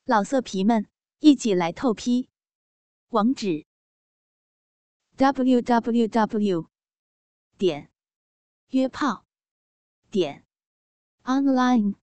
老色皮们，一起来透批！网址 www.约炮online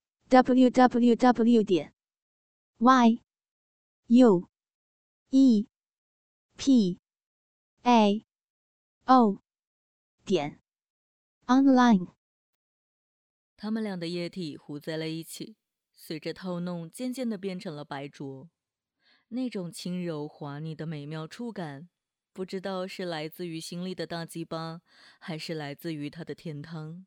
www.yuepao.online。 他们俩的液体糊在了一起，随着套弄渐渐地变成了白浊。那种轻柔滑腻的美妙触感，不知道是来自于心里的大鸡巴，还是来自于他的甜汤。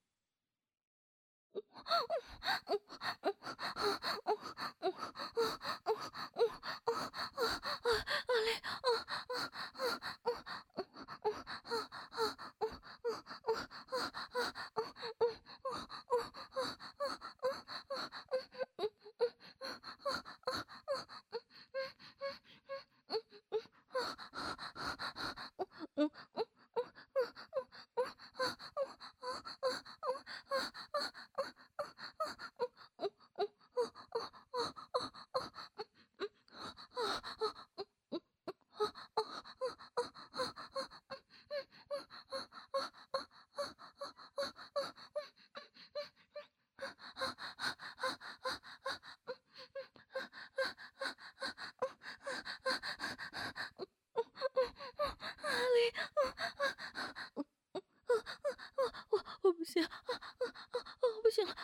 我不行，我不行了。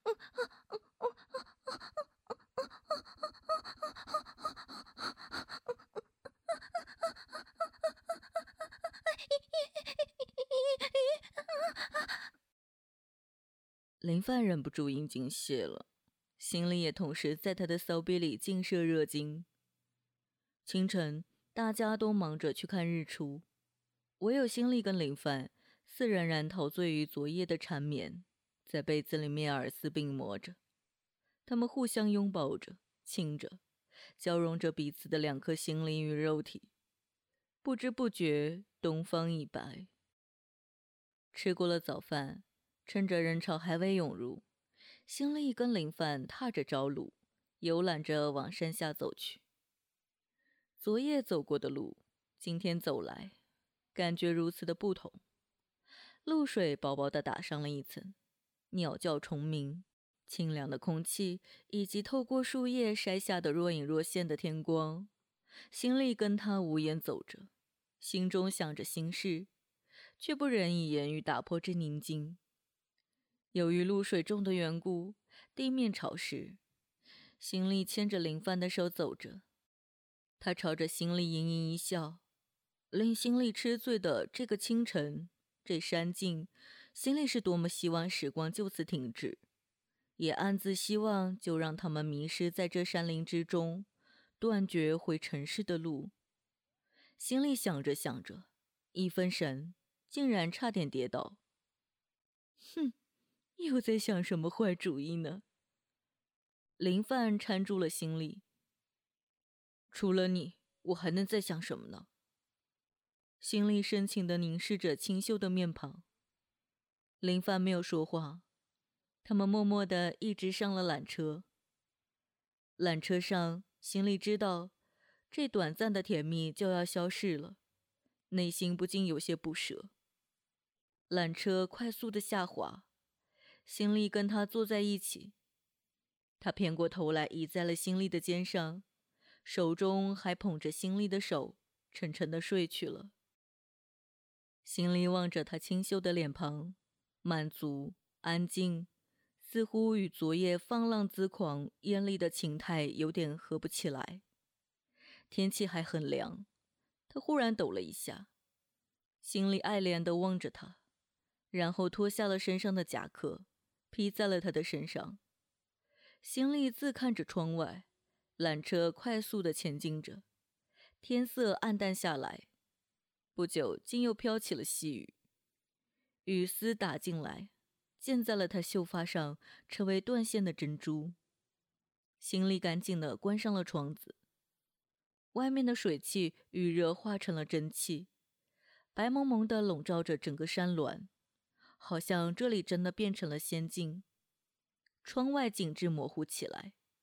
林范忍不住阴茎泄了，心里也同时在他的骚逼里尽射热精。清晨，大家都忙着去看日出，唯有心力跟林范似仍然陶醉于昨夜的缠绵，在被子里面耳丝并磨着。他们互相拥抱着，亲着，交融着彼此的两颗心灵与肉体。不知不觉，东方已白。吃过了早饭，趁着人潮还未涌入，心力跟林范踏着朝露，游览着往山下走去。昨夜走过的路，今天走来，感觉如此的不同。露水薄薄地打上了一层，鸟叫虫鸣，清凉的空气，以及透过树叶筛下的若隐若现的天光。心里跟他无言走着，心中想着心事，却不忍以言语打破这宁静。由于露水重的缘故，地面潮湿，心里牵着林帆的手走着。他朝着心里盈盈一笑，令心里吃醉的这个清晨，这山径，心里是多么希望时光就此停止，也暗自希望就让他们迷失在这山林之中，断绝回城市的路。心里想着想着，一分神，竟然差点跌倒。哼，又在想什么坏主意呢？林范搀住了心里。除了你，我还能在想什么呢？心里深情地凝视着清秀的面庞。林帆没有说话，他们默默地一直上了缆车。缆车上，心里知道这短暂的甜蜜就要消逝了，内心不禁有些不舍。缆车快速地下滑，心里跟他坐在一起。他偏过头来倚在了心里的肩上，手中还捧着心里的手，沉沉地睡去了。心里望着他清秀的脸庞，满足安静，似乎与昨夜放浪恣狂艳丽的情态有点合不起来。天气还很凉，他忽然抖了一下，心里爱怜地望着他，然后脱下了身上的夹克，披在了他的身上。心里自看着窗外，缆车快速地前进着，天色暗淡下来，不久竟又飘起了细雨，雨丝打进来，溅在了他秀发上，成为断线的珍珠。心里赶紧地关上了窗子。外面的水汽预热化成了蒸汽，白蒙蒙地笼罩着整个山峦，好像这里真的变成了仙境。窗外景致模糊起来，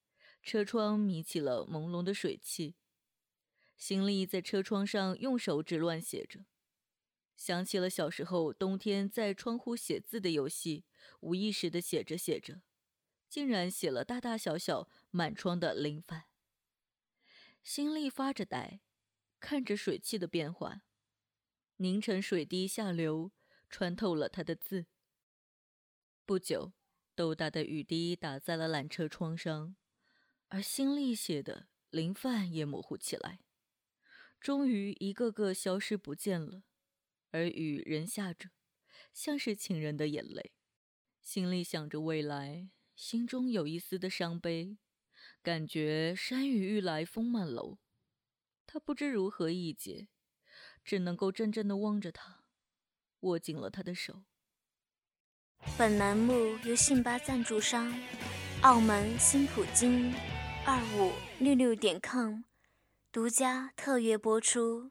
车窗迷起了朦胧的水汽。辛利在车窗上用手指乱写着，想起了小时候冬天在窗户写字的游戏，无意识地写着写着，竟然写了大大小小满窗的林帆。辛利发着呆，看着水汽的变化，凝成水滴下流，穿透了他的字。不久，豆大的雨滴打在了缆车窗上，而辛利写的林帆也模糊起来，终于一个个消失不见了，而雨仍下着，像是情人的眼泪。辛利想着未来，心中有一丝的伤悲，感觉山雨欲来风满楼。他不知如何一解，只能够怔怔地望着他，握紧了他的手。 本栏目由信吧赞助商澳门新普京2566.com 独家特约播出。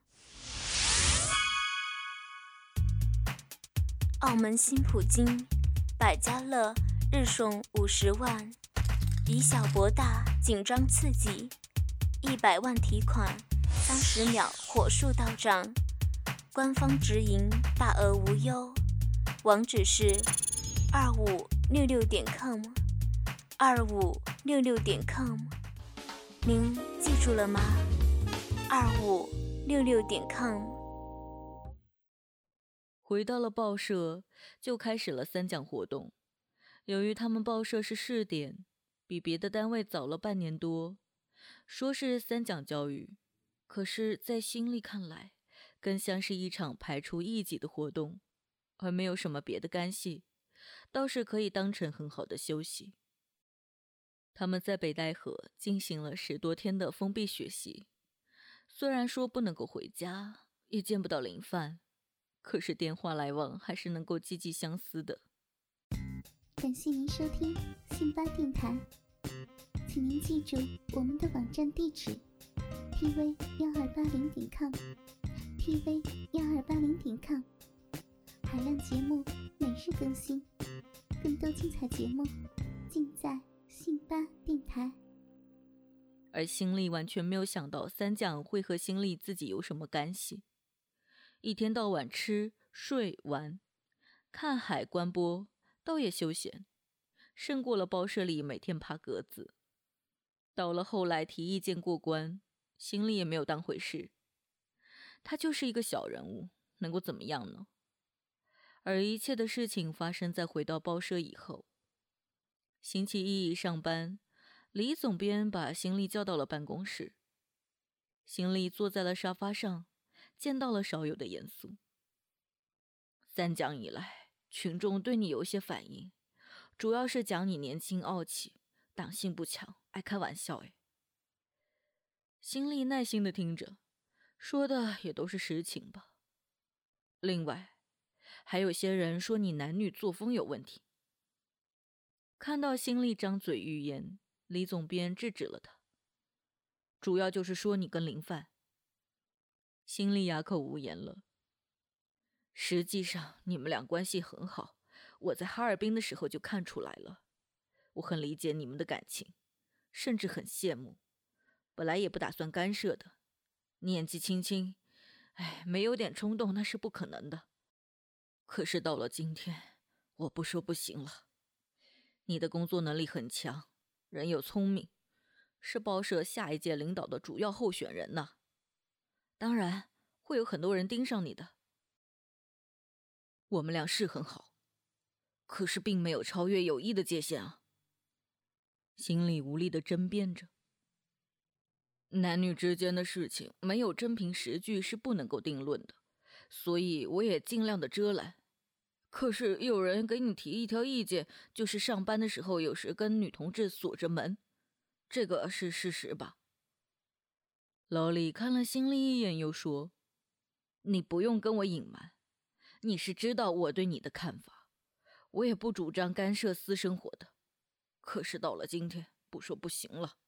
澳门新普京百家乐日送50万，以小博大，紧张刺激，100万提款，30秒火速到账，官方直营，大额无忧，网址是2566.com 2566.com， 您记住了吗？2566.com。 回到了报社，就开始了三讲活动。由于他们报社是试点，比别的单位早了半年多，说是三讲教育，可是在辛利看来，更像是一场排除异己的活动，而没有什么别的干系，倒是可以当成很好的休息。他们在北戴河进行了10多天的封闭学习，虽然说不能够回家，也见不到林帆，可是电话来往还是能够积极相思的。 感谢您收听信吧电台，请您记住我们的网站地址 tv1280.com tv1280.com， 海量节目每日更新，更多精彩节目尽在信吧电台。 而辛利完全没有想到三讲会和辛利自己有什么干系，一天到晚吃睡玩，看海观播，倒也休闲，胜过了报社里每天爬格子。到了后来提意见过关，辛利也没有当回事，他就是一个小人物，能够怎么样呢？而一切的事情发生在回到报社以后。星期一上班，李总编把辛利叫到了办公室。辛利坐在了沙发上，见到了少有的严肃。三讲以来，群众对你有些反应，主要是讲你年轻傲气，党性不强，爱开玩笑。辛利耐心地听着，说的也都是实情吧。另外，还有些人说你男女作风有问题。看到辛利张嘴欲言，李总编制止了他，主要就是说你跟林帆。辛利哑口无言了。实际上你们俩关系很好，我在哈尔滨的时候就看出来了。我很理解你们的感情，甚至很羡慕，本来也不打算干涉的。年纪轻轻，没有点冲动那是不可能的。可是到了今天，我不说不行了。你的工作能力很强，人又聪明，是报社下一届领导的主要候选人呢。当然，会有很多人盯上你的。我们俩是很好，可是并没有超越友谊的界限啊。心里无力地争辩着。男女之间的事情，没有真凭实据是不能够定论的，所以我也尽量的遮拦。可是有人给你提一条意见，就是上班的时候有时跟女同志锁着门，这个是事实吧？老李看了辛利一眼，又说：“你不用跟我隐瞒，你是知道我对你的看法，我也不主张干涉私生活的。可是到了今天，不说不行了。”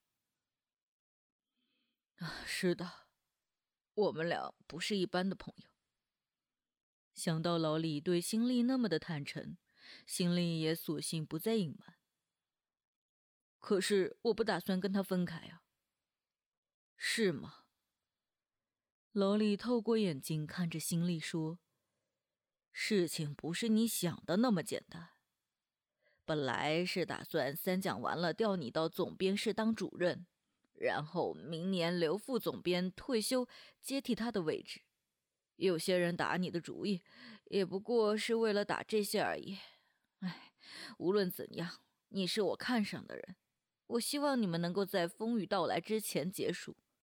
是的，我们俩不是一般的朋友。想到老李对辛利那么的坦诚，辛利也索性不再隐瞒。 可是我不打算跟他分开啊。是吗？老李透过眼睛看着辛丽说，事情不是你想的那么简单。本来是打算三讲完了调你到总编室当主任，然后明年刘副总编退休接替他的位置。有些人打你的主意，也不过是为了打这些而已。唉，无论怎样，你是我看上的人，我希望你们能够在风雨到来之前结束。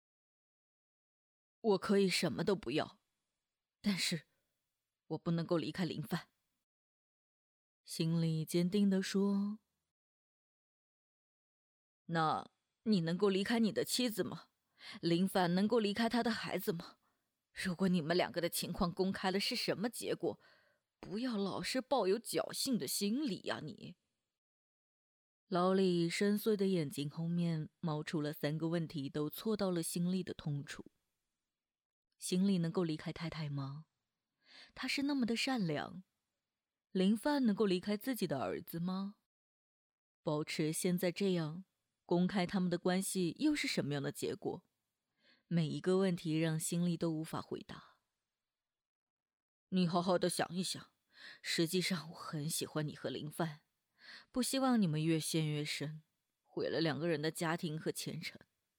我可以什么都不要，但是我不能够离开林范。心里坚定地说。那你能够离开你的妻子吗？林范能够离开他的孩子吗？如果你们两个的情况公开了，是什么结果？不要老是抱有侥幸的心理呀，你。老李深邃的眼睛后面冒出了3个问题，都戳到了心里的痛处。心里能够离开太太吗？他是那么的善良。林范能够离开自己的儿子吗？保持现在这样，公开他们的关系又是什么样的结果？每一个问题让心里都无法回答。你好好的想一想，实际上我很喜欢你和林范，不希望你们越陷越深，毁了2个人的家庭和前程。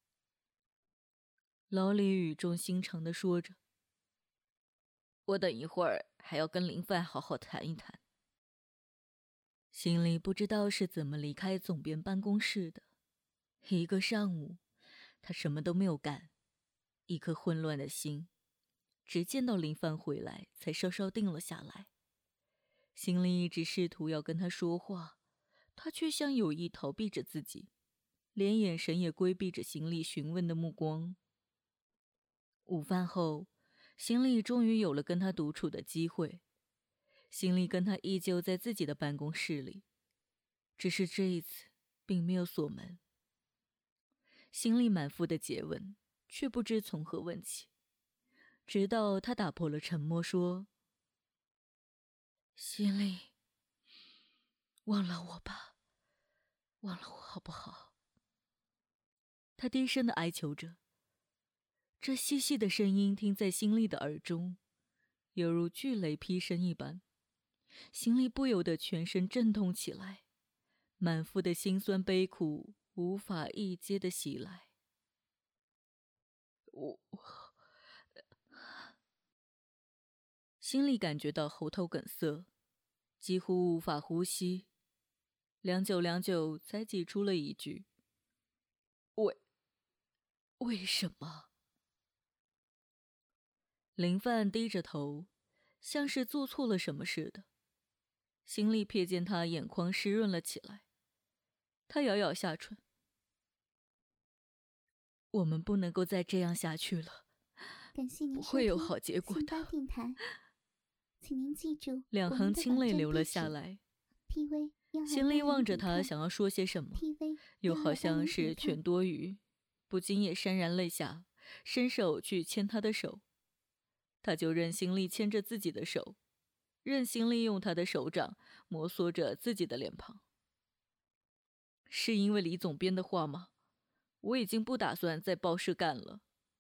老李语重心长地说着。我等一会儿还要跟林范好好谈一谈。心里不知道是怎么离开总编办公室的。一个上午，他什么都没有干，一颗混乱的心，直见到林范回来才稍稍定了下来。心里一直试图要跟他说话，他却像有意逃避着自己，连眼神也规避着心里询问的目光。午饭后，心里终于有了跟他独处的机会。心里跟他依旧在自己的办公室里，只是这一次并没有锁门。心里满腹的诘问，却不知从何问起，直到他打破了沉默说：心里，忘了我吧，忘了我好不好？他低声的哀求着，这细细的声音听在心里的耳中，犹如巨雷劈声一般。心里不由得全身震动起来，满腹的辛酸悲苦无法一接的袭来。心里感觉到喉头梗塞，几乎无法呼吸，良久才挤出了一句：为什么？林范低着头，像是做错了什么似的。心里瞥见他眼眶湿润了起来，他咬咬下唇：我们不能够再这样下去了， 感谢您不会有好结果的。 电台，请您记住 2行清泪流了下来。心里望着他，想要说些什么，又好像是全多余，不禁也潸然泪下，伸手去牵他的手。他就任心里牵着自己的手，任心里用他的手掌摩挲着自己的脸庞。是因为李总编的话吗？我已经不打算在报社干了。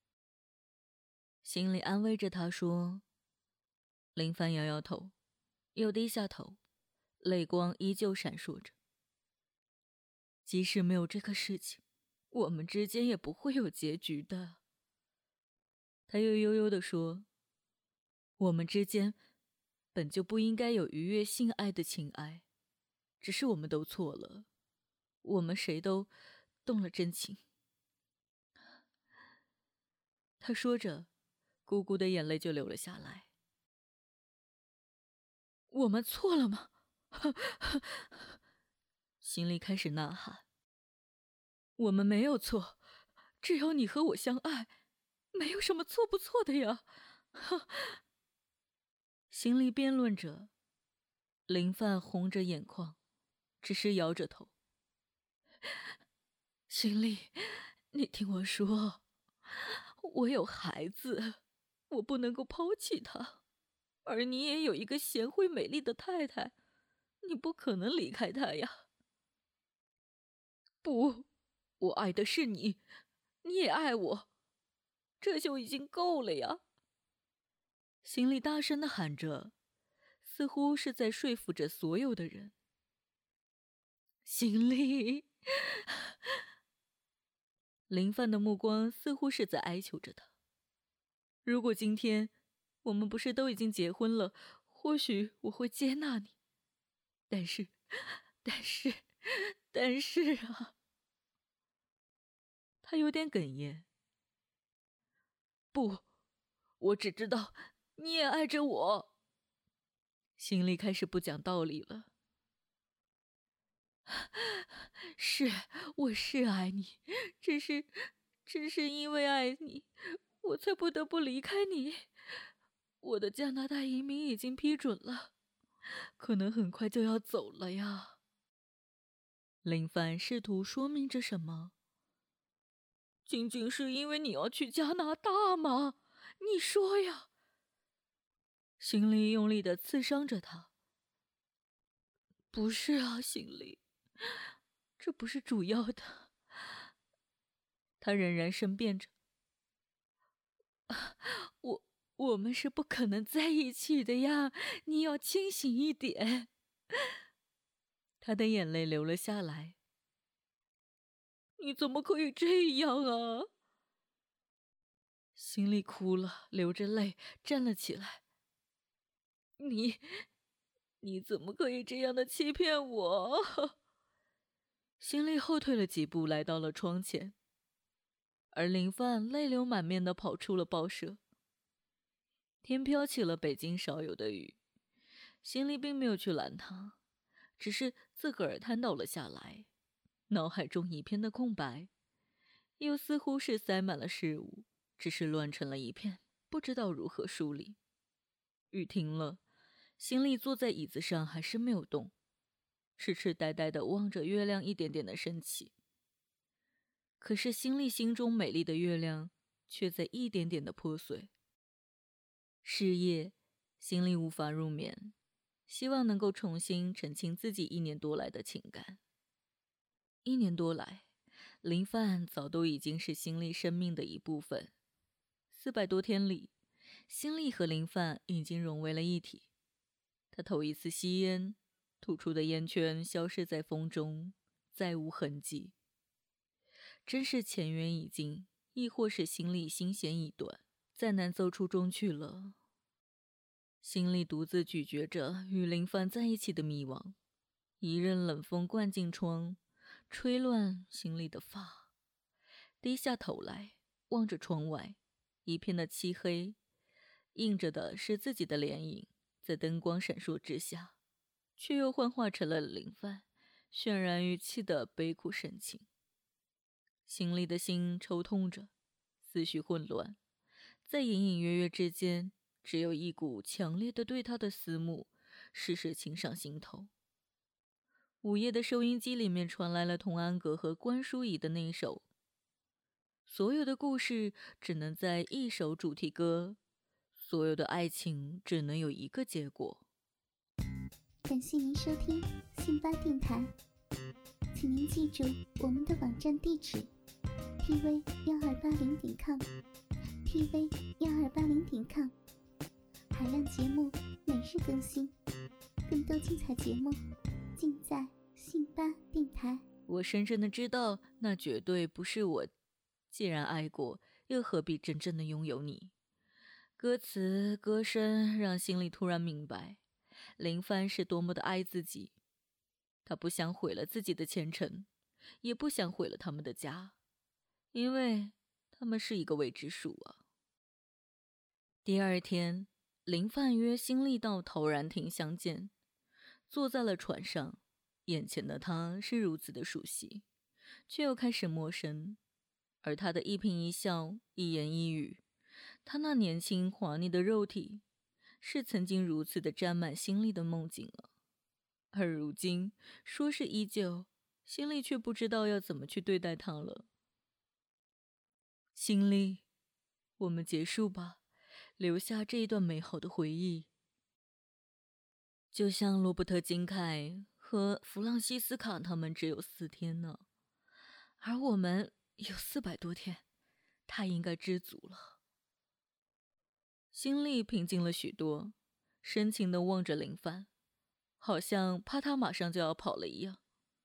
心里安慰着他说。林帆摇摇头，又低下头，泪光依旧闪烁着。即使没有这个事情，我们之间也不会有结局的。他又悠悠地说，我们之间本就不应该有逾越性爱的情爱，只是我们都错了，我们谁都动了真情。他说着，咕咕的眼泪就流了下来。我们错了吗？心里开始呐喊。我们没有错，只要你和我相爱，没有什么错不错的呀。心里辩论着，林范红着眼眶，只是摇着头。心里，你听我说，我有孩子，我不能够抛弃他。而你也有一个贤惠美丽的太太，你不可能离开她呀。 不，我爱的是你，你也爱我，这就已经够了呀。心里大声地喊着，似乎是在说服着所有的人。心里，林范的目光似乎是在哀求着他。如果今天我们不是都已经结婚了，或许我会接纳你。但是啊，他有点哽咽。不，我只知道你也爱着我。心里开始不讲道理了。我是爱你，只是因为爱你，我才不得不离开你。我的加拿大移民已经批准了，可能很快就要走了呀。林范试图说明着什么。仅仅是因为你要去加拿大吗？你说呀。心里用力地刺伤着他。不是啊，心里，这不是主要的。他仍然申辩着。我们是不可能在一起的呀，你要清醒一点。他的眼泪流了下来。你怎么可以这样啊？心里哭了，流着泪站了起来。你怎么可以这样的欺骗我？心里后退了几步，来到了窗前。而林范泪流满面地跑出了报社。天飘起了北京少有的雨，心里并没有去拦他，只是自个儿瘫倒了下来，脑海中一片的空白，又似乎是塞满了事物，只是乱成了一片，不知道如何梳理。雨停了，心里坐在椅子上还是没有动，痴痴呆呆地望着月亮一点点的升起。可是心里心中美丽的月亮却在一点点的破碎。是夜，心里无法入眠，希望能够重新澄清自己1年多来的情感。1年多来，林范早都已经是心里生命的一部分。400多天里，心里和林范已经融为了一体。他头一次吸烟，吐出的烟圈消失在风中，再无痕迹。真是前缘已尽，亦或是心里心弦已断，再难走出中去了。心里独自咀嚼着与林范在一起的迷惘，一阵冷风灌进窗，吹乱心里的发。低下头来，望着窗外，一片的漆黑，映着的是自己的脸影，在灯光闪烁之下，却又幻化成了林范渲然欲泣的悲苦神情。心里的心抽痛着，思绪混乱，在隐隐约约之间，只有一股强烈的对他的思慕，时时侵上心头。午夜的收音机里面传来了童安格和关淑怡的那首所有的故事只能在一首主题歌，所有的爱情只能有一个结果。 感谢您收听信巴电台，请您记住我们的网站地址tv1280.com tv1280.com， 海量节目每日更新，更多精彩节目尽在信巴电台。 我深深的知道，那绝对不是我。既然爱过，又何必真正的拥有你？歌词歌声让心里突然明白，林帆是多么的爱自己。他不想毁了自己的前程，也不想毁了他们的家，因为他们是一个未知数啊。第二天，林范约辛利到陶然亭相见，坐在了船上，眼前的他是如此的熟悉，却又开始陌生。而他的一颦一笑，一言一语，他那年轻滑腻的肉体，是曾经如此的沾满心力的梦境了。而如今说是依旧，心里却不知道要怎么去对待他了。心里，我们结束吧，留下这一段美好的回忆。就像罗伯特金凯和弗朗西斯卡他们只有4天呢。 而我们有400多天，他应该知足了。心里平静了许多，深情地望着林帆，好像怕他马上就要跑了一样。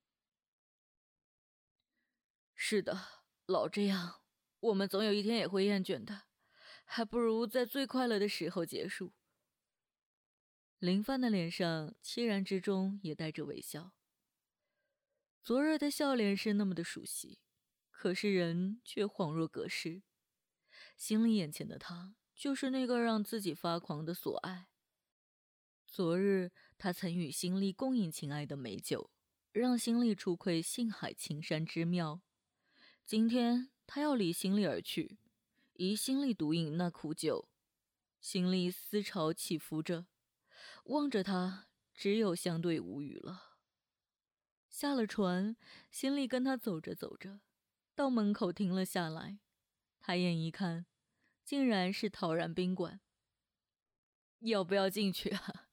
是的，老这样，我们总有一天也会厌倦的，还不如在最快乐的时候结束。林帆的脸上凄然之中也带着微笑。昨日的笑脸是那么的熟悉，可是人却恍若隔世。心里眼前的他，就是那个让自己发狂的所爱。昨日他曾与心力共饮情爱的美酒，让心力触窥性海情山之妙。今天他要离心力而去，疑心力独饮那苦酒。心力思潮起伏着，望着他，只有相对无语了。下了船，心力跟他走着走着，到门口停了下来。抬眼一看，竟然是陶然宾馆。要不要进去啊？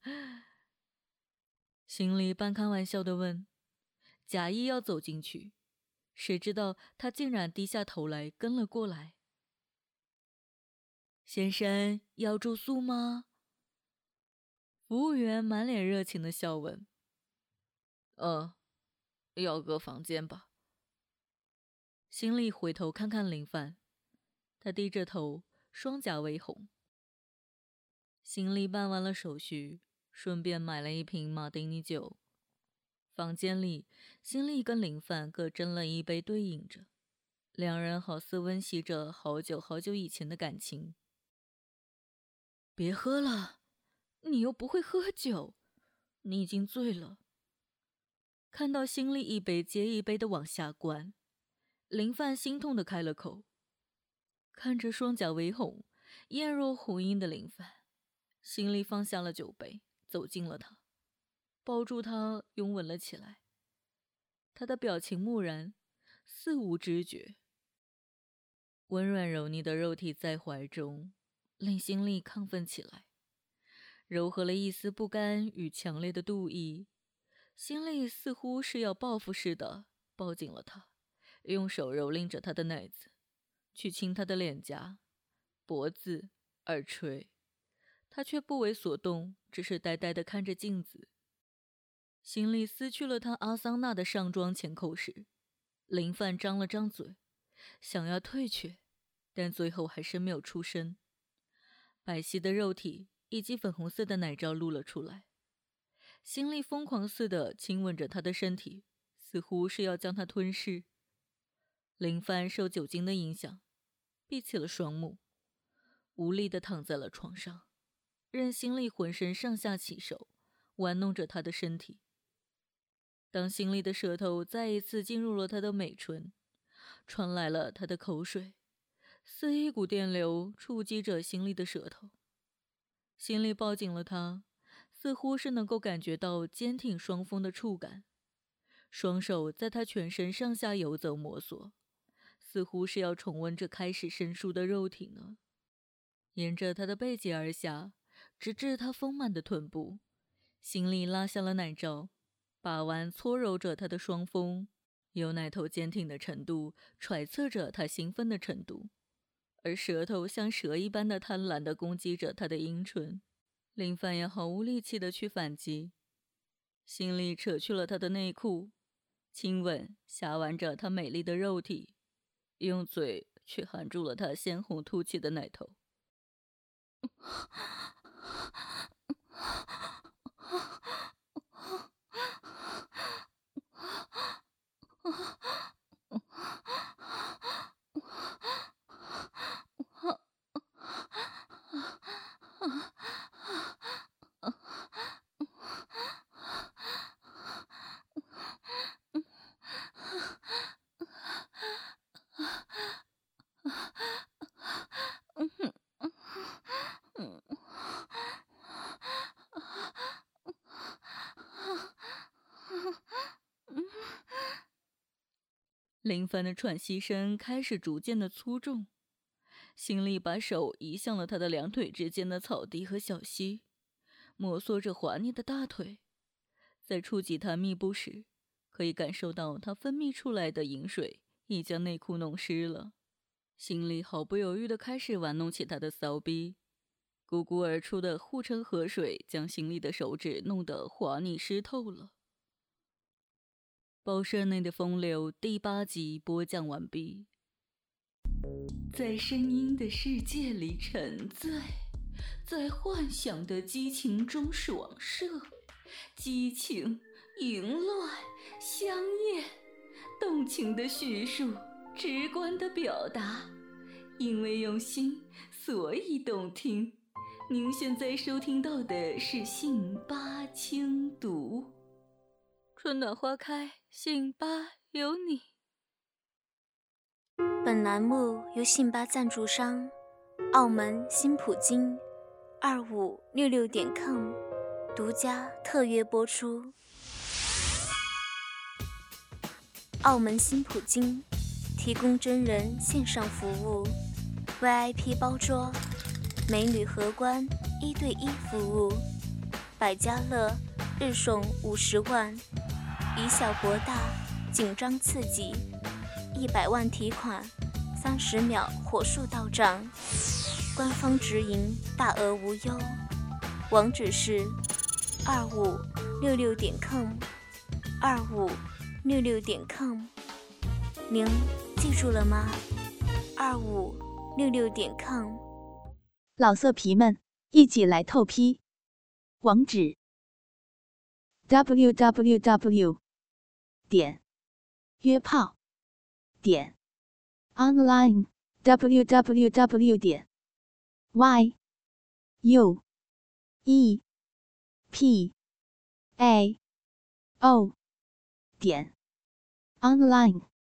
心里半开玩笑地问，假意要走进去，谁知道他竟然低下头来跟了过来。先生，要住宿吗？服务员满脸热情地笑问。要个房间吧。心里回头看看林帆，他低着头，双颊微红。心里办完了手续，顺便买了一瓶马丁尼酒。房间里，心里跟林帆各斟了一杯对饮着，两人好似温习着好久好久以前的感情。别喝了，你又不会喝酒，你已经醉了。看到心里一杯接一杯的往下灌，林帆心痛地开了口。看着双颊微红、艳若红樱的林帆，心里放下了酒杯，走近了他，抱住他拥吻了起来。他的表情木然，似无知觉。温软柔腻的肉体在怀中，令心里亢奋起来，糅合了一丝不甘与强烈的妒意。心里似乎是要报复似的抱紧了他，用手蹂躏着他的奶子，去亲他的脸颊、脖子、耳垂。他却不为所动，只是呆呆地看着镜子。心里撕去了他阿桑娜的上装前扣时，林帆张了张嘴，想要退却，但最后还是没有出声。白皙的肉体以及粉红色的奶罩露了出来。心里疯狂似的亲吻着他的身体，似乎是要将他吞噬。林帆受酒精的影响，闭起了双目，无力地躺在了床上，任心里浑身上下起手，玩弄着他的身体。当心里的舌头再一次进入了他的美唇，传来了他的口水，似一股电流触击着心里的舌头。心里抱紧了他，似乎是能够感觉到坚挺双峰的触感，双手在他全身上下游走摸索，似乎是要重温这开始生疏的肉体呢。沿着他的背脊而下，直至他丰满的臀部，心里拉下了奶罩，把玩搓揉着他的双峰，由奶头坚挺的程度揣测着他兴奋的程度，而舌头像蛇一般的贪婪地攻击着他的阴唇。林帆也毫无力气地去反击，心里扯去了他的内裤，亲吻挟玩着他美丽的肉体，用嘴去含住了他鲜红凸起的奶头。林帆的喘息声开始逐渐的粗重，心里把手移向了他的两腿之间的草地和小溪，摩挲着滑腻的大腿。在触及他密布时，可以感受到他分泌出来的饮水已将内裤弄湿了，心里毫不犹豫地开始玩弄起他的骚逼。汩汩而出的护城河水将心里的手指弄得滑腻湿透了。报社内的风流第8集播讲完毕。在声音的世界里沉醉，在幻想的激情中爽射，激情、淫乱、香艳，动情的叙述，直观的表达，因为用心，所以动听。您现在收听到的是信八轻读，春暖花开，信八有你。 本栏目由信八赞助商澳门新普京2566.com 独家特约播出。澳门新普京提供真人线上服务， VIP 包桌，美女荷官1对1服务，百家乐日送50万，以小博大，紧张刺激，100万提款，30秒火速到账，官方直营，大额无忧，网址是2566.com，2566.com，您记住了吗？2566.com。 老色皮们，一起来透批！网址 www.约炮.online www.yuepao.online